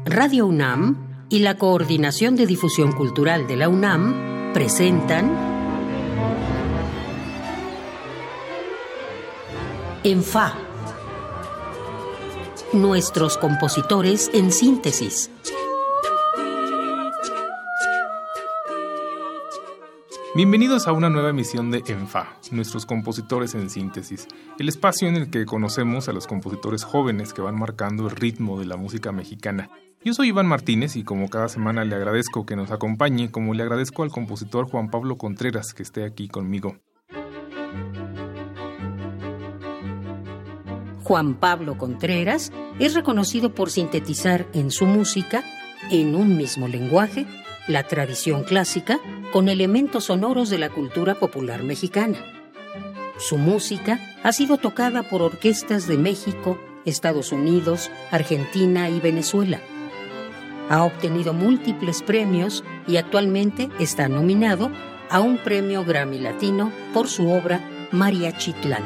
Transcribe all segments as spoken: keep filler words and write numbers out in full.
Radio UNAM y la Coordinación de Difusión Cultural de la UNAM presentan En Fa, nuestros compositores en síntesis. Bienvenidos a una nueva emisión de En Fa, nuestros compositores en síntesis, el espacio en el que conocemos a los compositores jóvenes que van marcando el ritmo de la música mexicana. Yo soy Iván Martínez y como cada semana le agradezco que nos acompañe, como le agradezco al compositor Juan Pablo Contreras que esté aquí conmigo. Juan Pablo Contreras es reconocido por sintetizar en su música, en un mismo lenguaje, la tradición clásica con elementos sonoros de la cultura popular mexicana. Su música ha sido tocada por orquestas de México, Estados Unidos, Argentina y Venezuela. Ha obtenido múltiples premios y actualmente está nominado a un premio Grammy Latino por su obra Mariachitlán.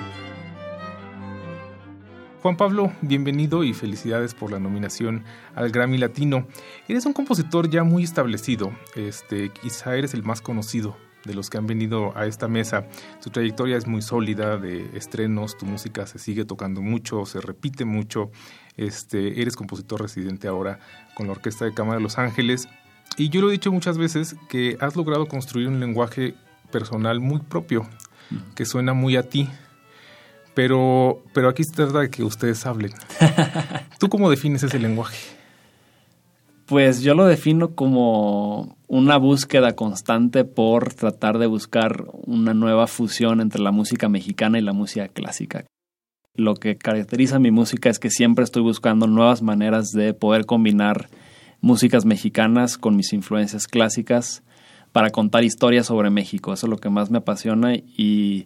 Juan Pablo, bienvenido y felicidades por la nominación al Grammy Latino. Eres un compositor ya muy establecido, este, quizá eres el más conocido de los que han venido a esta mesa. Tu trayectoria es muy sólida de estrenos, tu música se sigue tocando mucho, se repite mucho. Este, eres compositor residente ahora con la Orquesta de Cámara de Los Ángeles. Y yo lo he dicho muchas veces que has logrado construir un lenguaje personal muy propio, que suena muy a ti. Pero, pero aquí se trata de que ustedes hablen. ¿Tú cómo defines ese lenguaje? Pues yo lo defino como una búsqueda constante por tratar de buscar una nueva fusión entre la música mexicana y la música clásica. Lo que caracteriza mi música es que siempre estoy buscando nuevas maneras de poder combinar músicas mexicanas con mis influencias clásicas para contar historias sobre México. Eso es lo que más me apasiona y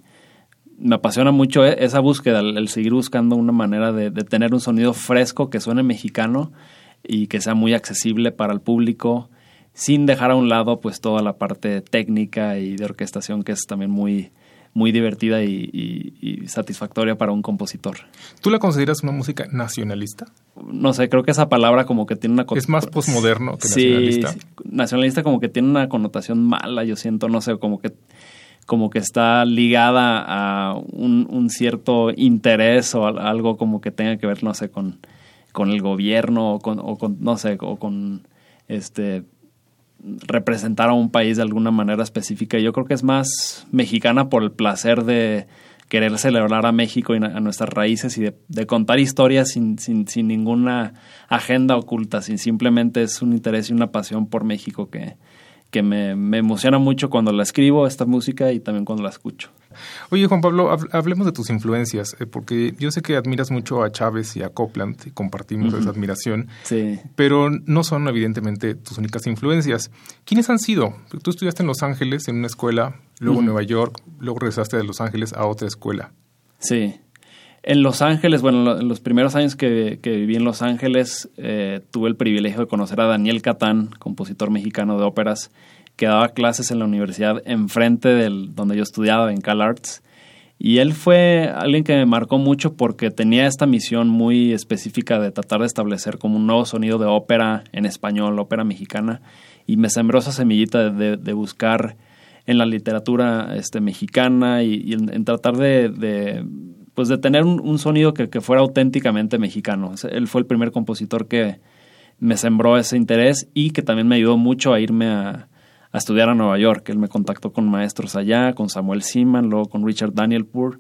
me apasiona mucho esa búsqueda, el seguir buscando una manera de, de tener un sonido fresco que suene mexicano y que sea muy accesible para el público, sin dejar a un lado pues toda la parte técnica y de orquestación que es también muy, muy divertida y, y, y satisfactoria para un compositor. ¿Tú la consideras una música nacionalista? No sé, creo que esa palabra como que tiene una... Es más posmoderno que nacionalista. Sí, nacionalista como que tiene una connotación mala, yo siento, no sé, como que... como que está ligada a un, un cierto interés o a, algo como que tenga que ver, no sé, con, con el gobierno o con, o con, no sé, o con este representar a un país de alguna manera específica. Yo creo que es más mexicana por el placer de querer celebrar a México y a nuestras raíces y de, de contar historias sin, sin, sin ninguna agenda oculta, sin simplemente es un interés y una pasión por México que... que me, me emociona mucho cuando la escribo, esta música, y también cuando la escucho. Oye, Juan Pablo, hablemos de tus influencias, eh, porque yo sé que admiras mucho a Chávez y a Copland, y compartimos uh-huh. esa admiración, sí. Pero no son evidentemente tus únicas influencias. ¿Quiénes han sido? Tú estudiaste en Los Ángeles, en una escuela, luego uh-huh. en Nueva York, luego regresaste de Los Ángeles a otra escuela. Sí. En Los Ángeles, bueno, en los primeros años que, que viví en Los Ángeles, eh, tuve el privilegio de conocer a Daniel Catán, compositor mexicano de óperas, que daba clases en la universidad enfrente del donde yo estudiaba, en CalArts. Y él fue alguien que me marcó mucho porque tenía esta misión muy específica de tratar de establecer como un nuevo sonido de ópera en español, ópera mexicana, y me sembró esa semillita de, de, de buscar en la literatura este, mexicana y, y en, en tratar de... de pues de tener un, un sonido que, que fuera auténticamente mexicano. Él fue el primer compositor que me sembró ese interés y que también me ayudó mucho a irme a, a estudiar a Nueva York. Él me contactó con maestros allá, con Samuel Seaman, luego con Richard Danielpour,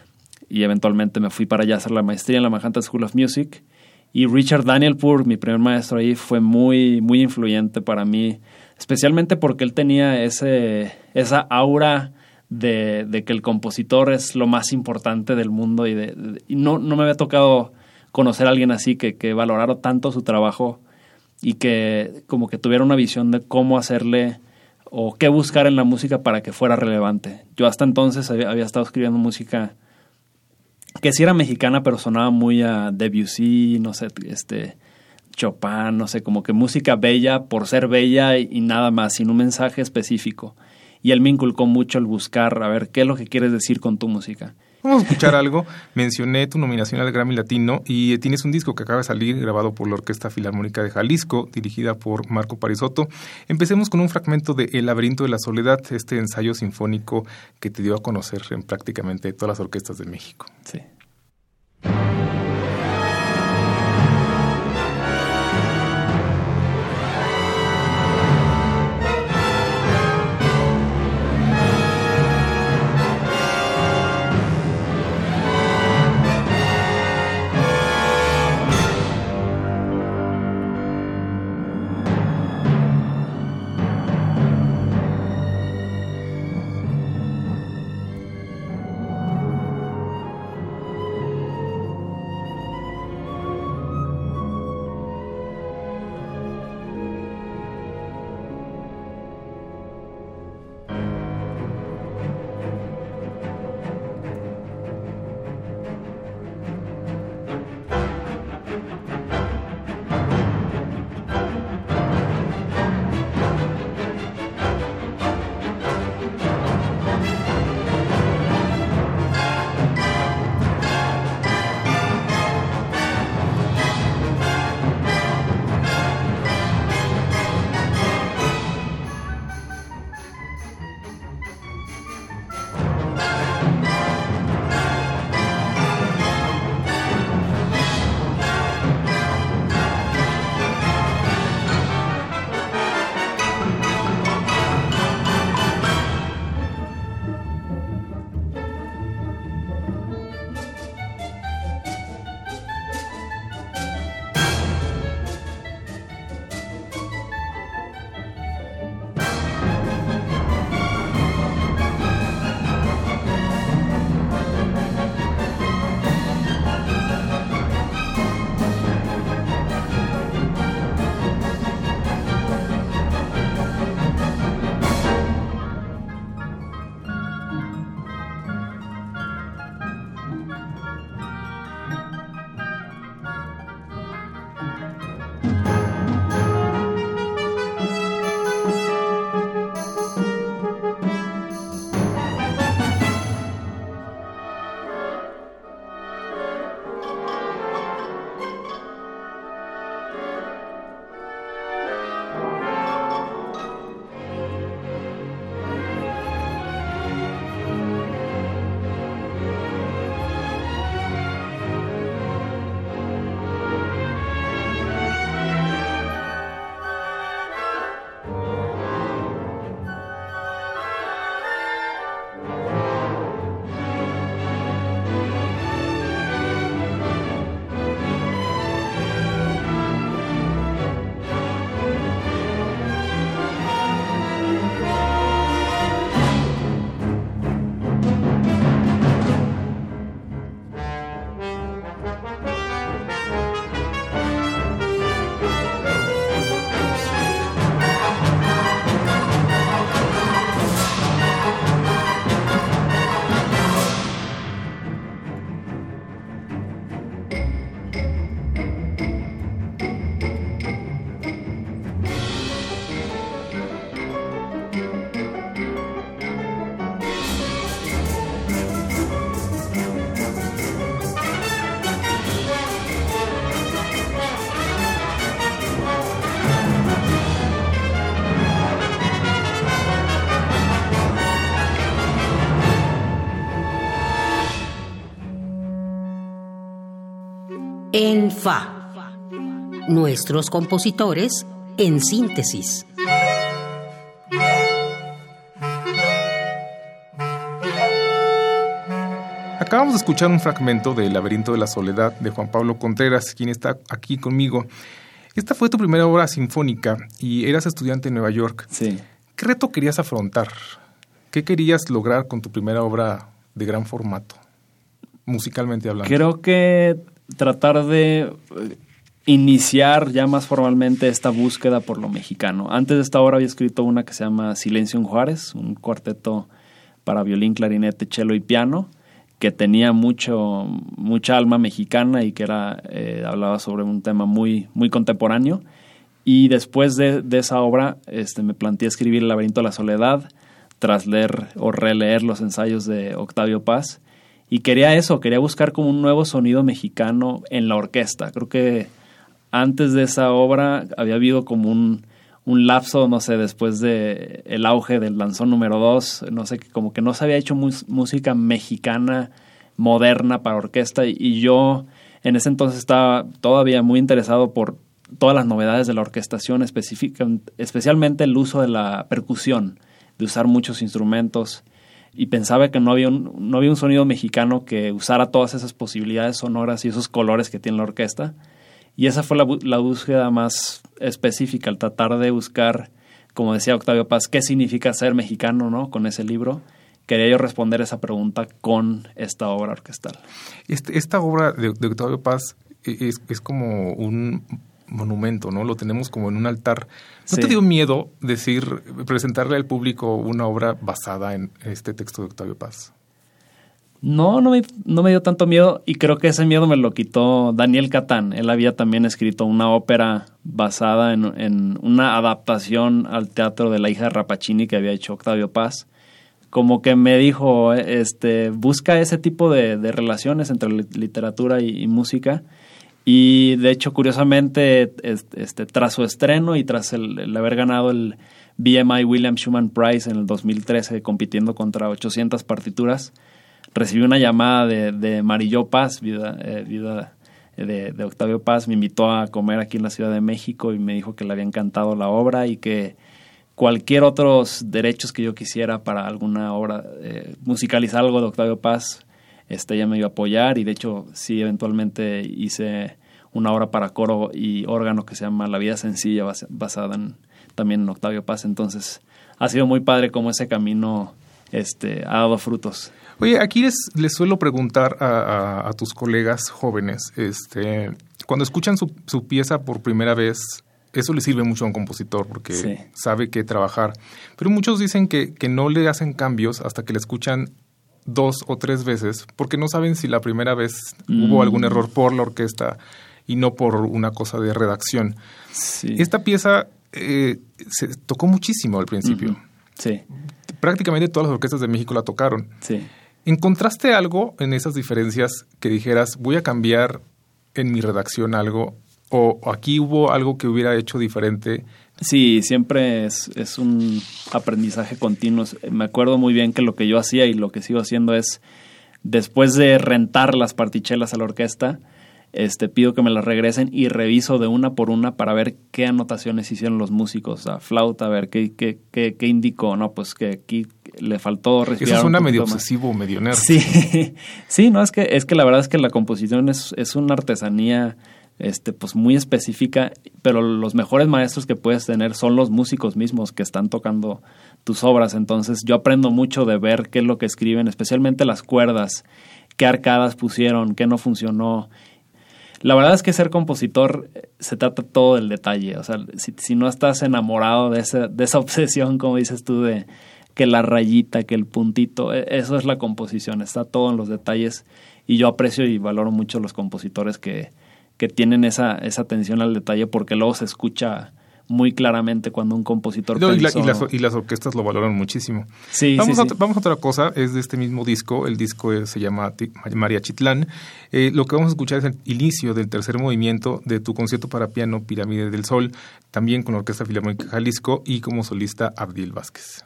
y eventualmente me fui para allá a hacer la maestría en la Manhattan School of Music. Y Richard Danielpour, mi primer maestro ahí, fue muy, muy influyente para mí, especialmente porque él tenía ese, esa aura De, de que el compositor es lo más importante del mundo y, de, de, y no, no me había tocado conocer a alguien así que, que valorara tanto su trabajo y que como que tuviera una visión de cómo hacerle o qué buscar en la música para que fuera relevante. Yo hasta entonces había, había estado escribiendo música que sí era mexicana, pero sonaba muy a Debussy, no sé, este Chopin, no sé, como que música bella por ser bella y, y nada más, sin un mensaje específico. Y él me inculcó mucho el buscar, a ver, qué es lo que quieres decir con tu música. Vamos a escuchar algo. Mencioné tu nominación al Grammy Latino y tienes un disco que acaba de salir grabado por la Orquesta Filarmónica de Jalisco, dirigida por Marco Parisotto. Empecemos con un fragmento de El laberinto de la soledad, este ensayo sinfónico que te dio a conocer en prácticamente todas las orquestas de México. Sí. En Fa. Nuestros compositores en síntesis. Acabamos de escuchar un fragmento de El laberinto de la soledad de Juan Pablo Contreras, quien está aquí conmigo. Esta fue tu primera obra sinfónica y eras estudiante en Nueva York. Sí. ¿Qué reto querías afrontar? ¿Qué querías lograr con tu primera obra de gran formato, musicalmente hablando? Creo que tratar de iniciar ya más formalmente esta búsqueda por lo mexicano. Antes de esta obra había escrito una que se llama Silencio en Juárez, un cuarteto para violín, clarinete, cello y piano, que tenía mucho mucha alma mexicana y que era eh, hablaba sobre un tema muy, muy contemporáneo. Y después de, de esa obra este, me planteé escribir El laberinto de la soledad, tras leer o releer los ensayos de Octavio Paz. y quería eso, quería buscar como un nuevo sonido mexicano en la orquesta. Creo que antes de esa obra había habido como un, un lapso, no sé, después de el auge del Danzón número dos, no sé, como que no se había hecho mus- música mexicana moderna para orquesta, y, y yo en ese entonces estaba todavía muy interesado por todas las novedades de la orquestación, específica, especialmente el uso de la percusión, de usar muchos instrumentos, y pensaba que no había un, no había un sonido mexicano que usara todas esas posibilidades sonoras y esos colores que tiene la orquesta. Y esa fue la, la búsqueda más específica, al tratar de buscar, como decía Octavio Paz, qué significa ser mexicano, ¿no? Con ese libro quería yo responder esa pregunta con esta obra orquestal. Este, esta obra de, de Octavio Paz es, es como un monumento, ¿no? Lo tenemos como en un altar. ¿No Sí. te dio miedo decir, presentarle al público una obra basada en este texto de Octavio Paz? No, no me, no me dio tanto miedo, y creo que ese miedo me lo quitó Daniel Catán. Él había también escrito una ópera basada en, en una adaptación al teatro de La hija de Rappaccini que había hecho Octavio Paz. Como que me dijo, este, busca ese tipo de, de relaciones entre literatura y, y música. Y de hecho, curiosamente, este, tras su estreno y tras el, el haber ganado el B M I William Schumann Prize en el dos mil trece, compitiendo contra ochocientas partituras, recibí una llamada de, de Marilló Paz, viuda, eh, viuda de, de Octavio Paz. Me invitó a comer aquí en la Ciudad de México y me dijo que le había encantado la obra y que cualquier otros derechos que yo quisiera para alguna obra, eh, musicalizar algo de Octavio Paz, este, ella me iba a apoyar. Y de hecho sí, eventualmente hice una obra para coro y órgano que se llama La vida sencilla, bas- basada en, también en Octavio Paz. Entonces ha sido muy padre cómo ese camino este, ha dado frutos. Oye, aquí les, les suelo preguntar a, a, a tus colegas jóvenes, este, cuando escuchan su, su pieza por primera vez, eso le sirve mucho a un compositor porque Sí. sabe qué trabajar. Pero muchos dicen que, que no le hacen cambios hasta que la escuchan dos o tres veces, porque no saben si la primera vez mm. hubo algún error por la orquesta y no por una cosa de redacción. Sí. Esta pieza eh, se tocó muchísimo al principio. Uh-huh. Sí. Prácticamente todas las orquestas de México la tocaron. Sí. ¿Encontraste algo en esas diferencias que dijeras, voy a cambiar en mi redacción algo, o aquí hubo algo que hubiera hecho diferente? Sí, siempre es, es un aprendizaje continuo. Me acuerdo muy bien que lo que yo hacía y lo que sigo haciendo es, después de rentar las partichelas a la orquesta, este, pido que me las regresen y reviso de una por una para ver qué anotaciones hicieron los músicos a flauta, a ver qué, qué, qué, qué indicó. No, pues que aquí le faltó respirar. Eso suena un medio más. obsesivo, medio nerd. Sí, sí, no, es que, es que la verdad es que la composición es, es una artesanía este, pues muy específica, pero los mejores maestros que puedes tener son los músicos mismos que están tocando tus obras. Entonces yo aprendo mucho de ver qué es lo que escriben, especialmente las cuerdas, qué arcadas pusieron, qué no funcionó. La verdad es que ser compositor se trata todo del detalle. O sea, si, si no estás enamorado de esa, de esa obsesión, como dices tú, de que la rayita, que el puntito, eso es la composición, está todo en los detalles. Y yo aprecio y valoro mucho los compositores que, que tienen esa, esa atención al detalle, porque luego se escucha muy claramente cuando un compositor no, y, la, pensó... y, las, y las orquestas lo valoran muchísimo. Sí, vamos, sí, a, sí. vamos a otra cosa, es de este mismo disco. El disco es, se llama Mariachitlán. Eh, lo que vamos a escuchar es el inicio del tercer movimiento de tu concierto para piano Pirámide del Sol, también con la Orquesta Filarmónica Jalisco y como solista Abdiel Vázquez.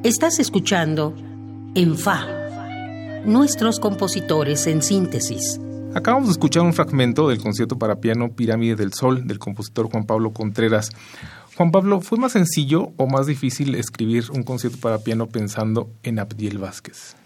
Estás escuchando En Fa, nuestros compositores en síntesis. Acabamos de escuchar un fragmento del concierto para piano Pirámide del Sol del compositor Juan Pablo Contreras. Juan Pablo, ¿fue más sencillo o más difícil escribir un concierto para piano pensando en Abdiel Vázquez?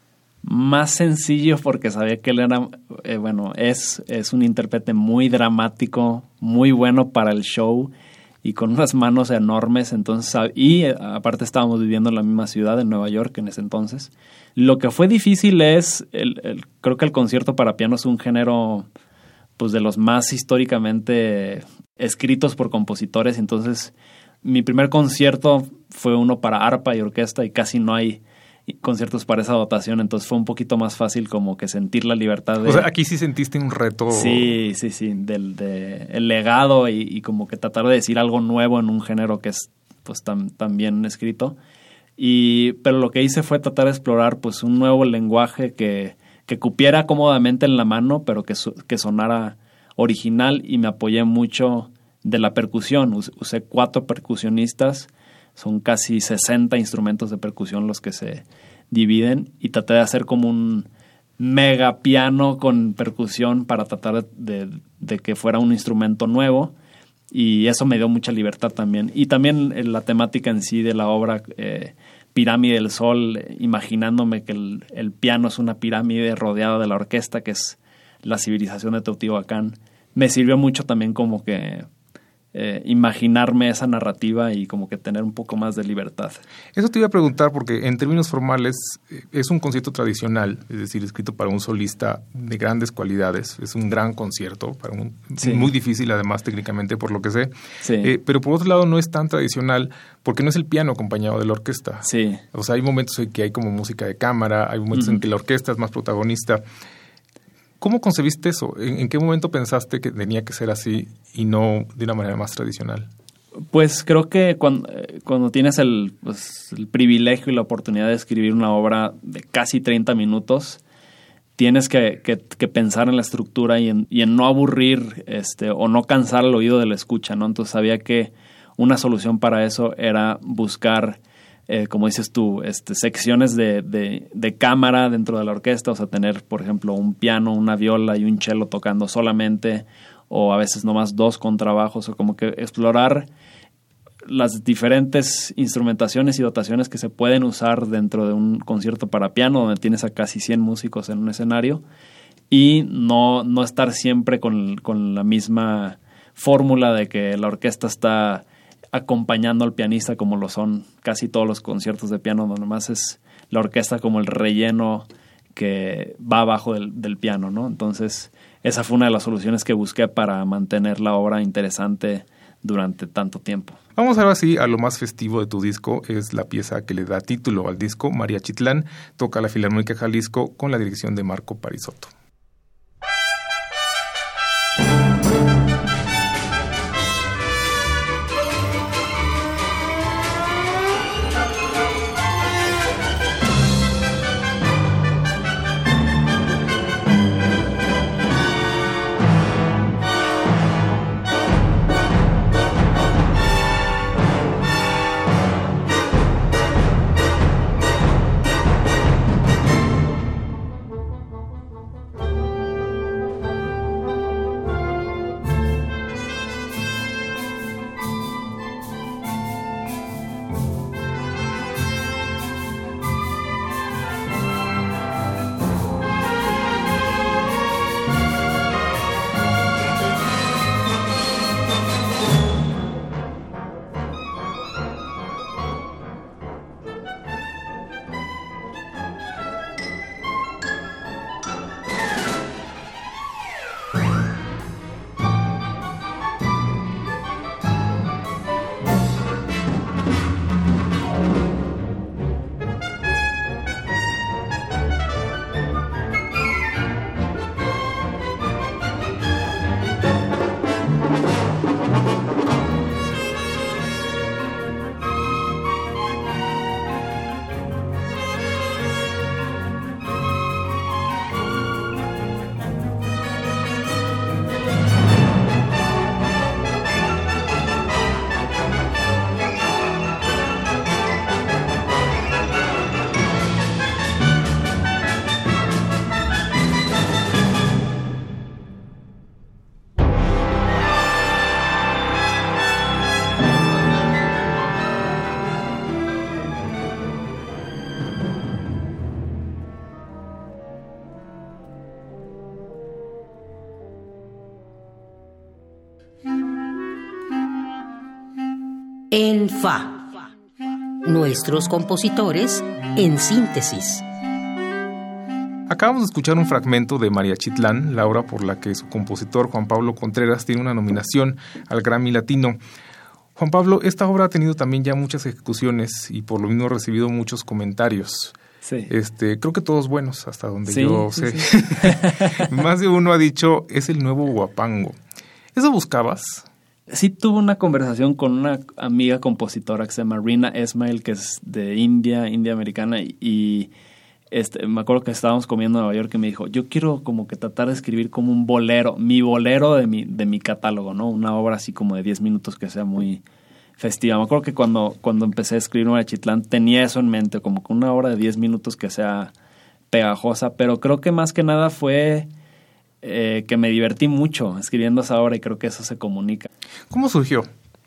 Más sencillo porque sabía que él era, eh, bueno, es, es un intérprete muy dramático, muy bueno para el show y con unas manos enormes. Entonces, y eh, aparte estábamos viviendo en la misma ciudad, en Nueva York, en ese entonces. Lo que fue difícil es, el, el, creo que el concierto para piano es un género pues de los más históricamente escritos por compositores. Entonces, mi primer concierto fue uno para arpa y orquesta y casi no hay conciertos para esa dotación, entonces fue un poquito más fácil como que sentir la libertad de... O sea, aquí sí sentiste un reto... Sí, sí, sí, del de el legado y, y como que tratar de decir algo nuevo en un género que es pues tan, tan bien escrito. Y, pero lo que hice fue tratar de explorar pues un nuevo lenguaje que, que cupiera cómodamente en la mano, pero que, que sonara original, y me apoyé mucho de la percusión. Usé cuatro percusionistas. Son casi sesenta instrumentos de percusión los que se dividen, y traté de hacer como un mega piano con percusión para tratar de, de, de que fuera un instrumento nuevo, y eso me dio mucha libertad también. Y también la temática en sí de la obra eh, Pirámide del Sol, imaginándome que el, el piano es una pirámide rodeada de la orquesta, que es la civilización de Teotihuacán, me sirvió mucho también como que Eh, imaginarme esa narrativa y como que tener un poco más de libertad. Eso te iba a preguntar porque en términos formales es un concierto tradicional, es decir, escrito para un solista de grandes cualidades, es un gran concierto, para un, sí. muy difícil además técnicamente por lo que sé, sí. eh, pero por otro lado no es tan tradicional porque no es el piano acompañado de la orquesta. Sí. O sea, hay momentos en que hay como música de cámara, hay momentos uh-huh. en que la orquesta es más protagonista. ¿Cómo concebiste eso? ¿En, ¿En qué momento pensaste que tenía que ser así y no de una manera más tradicional? Pues creo que cuando, cuando tienes el, pues, el privilegio y la oportunidad de escribir una obra de casi treinta minutos, tienes que, que, que pensar en la estructura y en, y en no aburrir este, o no cansar el oído de la escucha, ¿no? Entonces sabía que una solución para eso era buscar... Eh, como dices tú, este, secciones de, de, de cámara dentro de la orquesta, o sea, tener, por ejemplo, un piano, una viola y un cello tocando solamente, o a veces nomás dos contrabajos, o como que explorar las diferentes instrumentaciones y dotaciones que se pueden usar dentro de un concierto para piano, donde tienes a casi cien músicos en un escenario, y no, no estar siempre con, con la misma fórmula de que la orquesta está acompañando al pianista, como lo son casi todos los conciertos de piano, donde más es la orquesta como el relleno que va abajo del, del piano, ¿no? Entonces, esa fue una de las soluciones que busqué para mantener la obra interesante durante tanto tiempo. Vamos ahora sí a lo más festivo de tu disco, es la pieza que le da título al disco, María Chitlán, toca la Filarmónica Jalisco con la dirección de Marco Parisotto. En Fa. Nuestros compositores en síntesis. Acabamos de escuchar un fragmento de Mariachitlán, la obra por la que su compositor Juan Pablo Contreras tiene una nominación al Grammy Latino. Juan Pablo, esta obra ha tenido también ya muchas ejecuciones y por lo mismo ha recibido muchos comentarios. Sí. Este, creo que todos buenos, hasta donde sí, yo sí, sé. Sí. Más de uno ha dicho, es el nuevo Huapango. ¿Eso buscabas? Sí, tuve una conversación con una amiga compositora que se llama Rina Esmail, que es de India, India americana, y, y este, me acuerdo que estábamos comiendo en Nueva York y me dijo, yo quiero como que tratar de escribir como un bolero, mi bolero de mi, de mi catálogo, ¿no? Una obra así como de diez minutos que sea muy festiva. Me acuerdo que cuando, cuando empecé a escribir Mariachitlán tenía eso en mente, como que una obra de diez minutos que sea pegajosa, pero creo que más que nada fue... Eh, que me divertí mucho escribiendo esa obra y creo que eso se comunica. ¿Cómo surgió?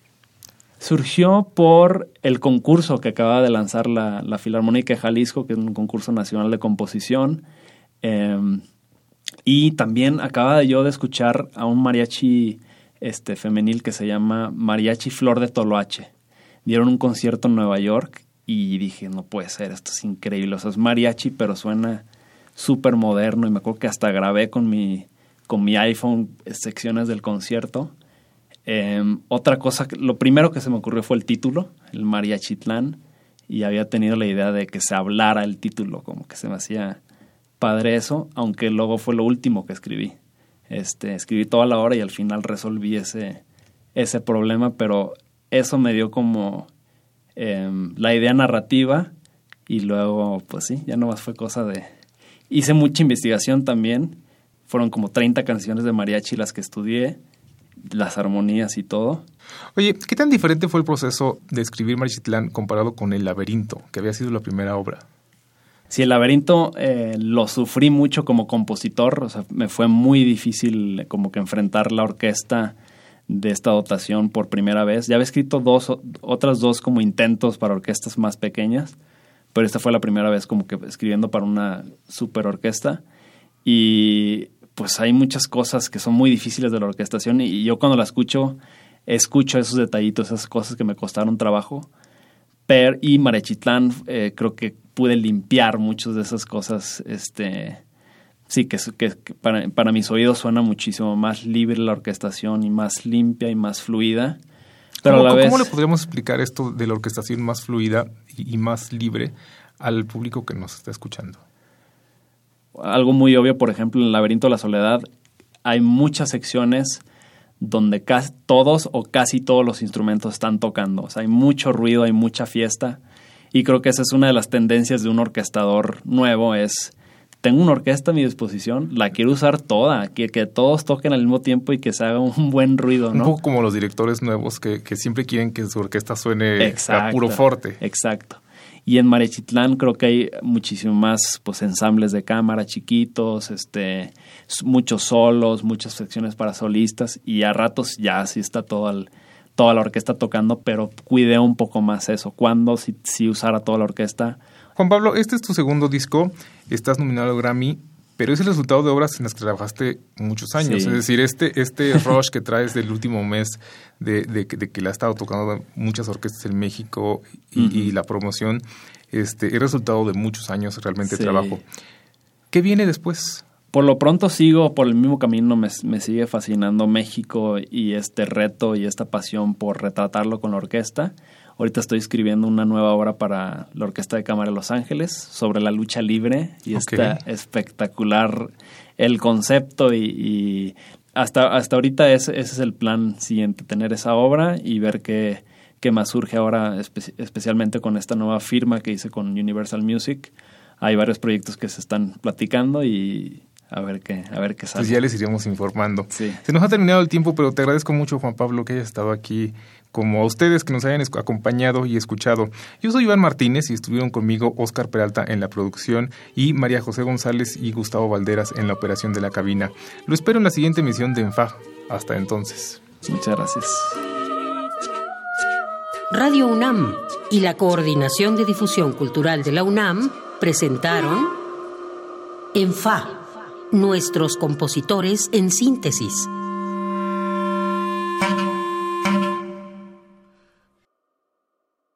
Surgió por el concurso que acaba de lanzar la, la Filarmónica de Jalisco, que es un concurso nacional de composición. Eh, y también acaba yo de escuchar a un mariachi este, femenil que se llama Mariachi Flor de Toloache. Dieron un concierto en Nueva York y dije, no puede ser, esto es increíble. O sea, es mariachi, pero suena... súper moderno, y me acuerdo que hasta grabé con mi, con mi iPhone secciones del concierto. Eh, otra cosa, lo primero que se me ocurrió fue el título, el Mariachitlán, y había tenido la idea de que se hablara el título, como que se me hacía padre eso, aunque luego fue lo último que escribí. Este, escribí toda la obra y al final resolví ese, ese problema, pero eso me dio como eh, la idea narrativa, y luego, pues sí, ya nomás fue cosa de... Hice mucha investigación también. Fueron como treinta canciones de mariachi las que estudié, las armonías y todo. Oye, ¿qué tan diferente fue el proceso de escribir Mariachitlán comparado con El Laberinto, que había sido la primera obra? Sí, El Laberinto eh, lo sufrí mucho como compositor. O sea, me fue muy difícil como que enfrentar la orquesta de esta dotación por primera vez. Ya había escrito dos, otras dos como intentos para orquestas más pequeñas, pero esta fue la primera vez como que escribiendo para una super orquesta, y pues hay muchas cosas que son muy difíciles de la orquestación, y yo cuando la escucho, escucho esos detallitos, esas cosas que me costaron trabajo, pero y Mariachitlán eh, creo que pude limpiar muchas de esas cosas, este sí, que, que, que para, para mis oídos suena muchísimo más libre la orquestación y más limpia y más fluida. Pero ¿Cómo, a la vez, ¿Cómo le podríamos explicar esto de la orquestación más fluida y, y más libre al público que nos está escuchando? Algo muy obvio, por ejemplo, en el Laberinto de la Soledad hay muchas secciones donde casi todos o casi todos los instrumentos están tocando. O sea, hay mucho ruido, hay mucha fiesta, y creo que esa es una de las tendencias de un orquestador nuevo, es... Tengo una orquesta a mi disposición, la quiero usar toda, que, que todos toquen al mismo tiempo y que se haga un buen ruido, ¿no? Un poco como los directores nuevos que, que siempre quieren que su orquesta suene exacto, a puro forte. Exacto. Y en Mariachitlán creo que hay muchísimo más pues ensambles de cámara chiquitos, este, muchos solos, muchas secciones para solistas, y a ratos ya sí está todo el, toda la orquesta tocando, pero cuidé un poco más eso. Cuando si, si usara toda la orquesta. Juan Pablo, este es tu segundo disco, estás nominado al Grammy, pero es el resultado de obras en las que trabajaste muchos años. Sí. Es decir, este, este rush que traes del último mes de, de, de que le ha estado tocando muchas orquestas en México y, uh-huh. y la promoción, este, es resultado de muchos años realmente de sí. trabajo. ¿Qué viene después? Por lo pronto sigo por el mismo camino, me, me sigue fascinando México y este reto y esta pasión por retratarlo con la orquesta. Ahorita estoy escribiendo una nueva obra para la Orquesta de Cámara de Los Ángeles sobre la lucha libre, y okay. está espectacular el concepto, y, y hasta, hasta ahorita ese, ese es el plan siguiente, tener esa obra y ver qué, qué más surge ahora, espe- especialmente con esta nueva firma que hice con Universal Music. Hay varios proyectos que se están platicando y a ver qué, a ver qué sale. Pues ya les iremos informando. Sí. Se nos ha terminado el tiempo, pero te agradezco mucho, Juan Pablo, que hayas estado aquí, como a ustedes que nos hayan acompañado y escuchado. Yo soy Iván Martínez y estuvieron conmigo Óscar Peralta en la producción y María José González y Gustavo Valderas en la operación de la cabina. Lo espero en la siguiente emisión de En Fa. Hasta entonces. Muchas gracias. Radio UNAM y la Coordinación de Difusión Cultural de la UNAM presentaron En Fa, nuestros compositores en síntesis.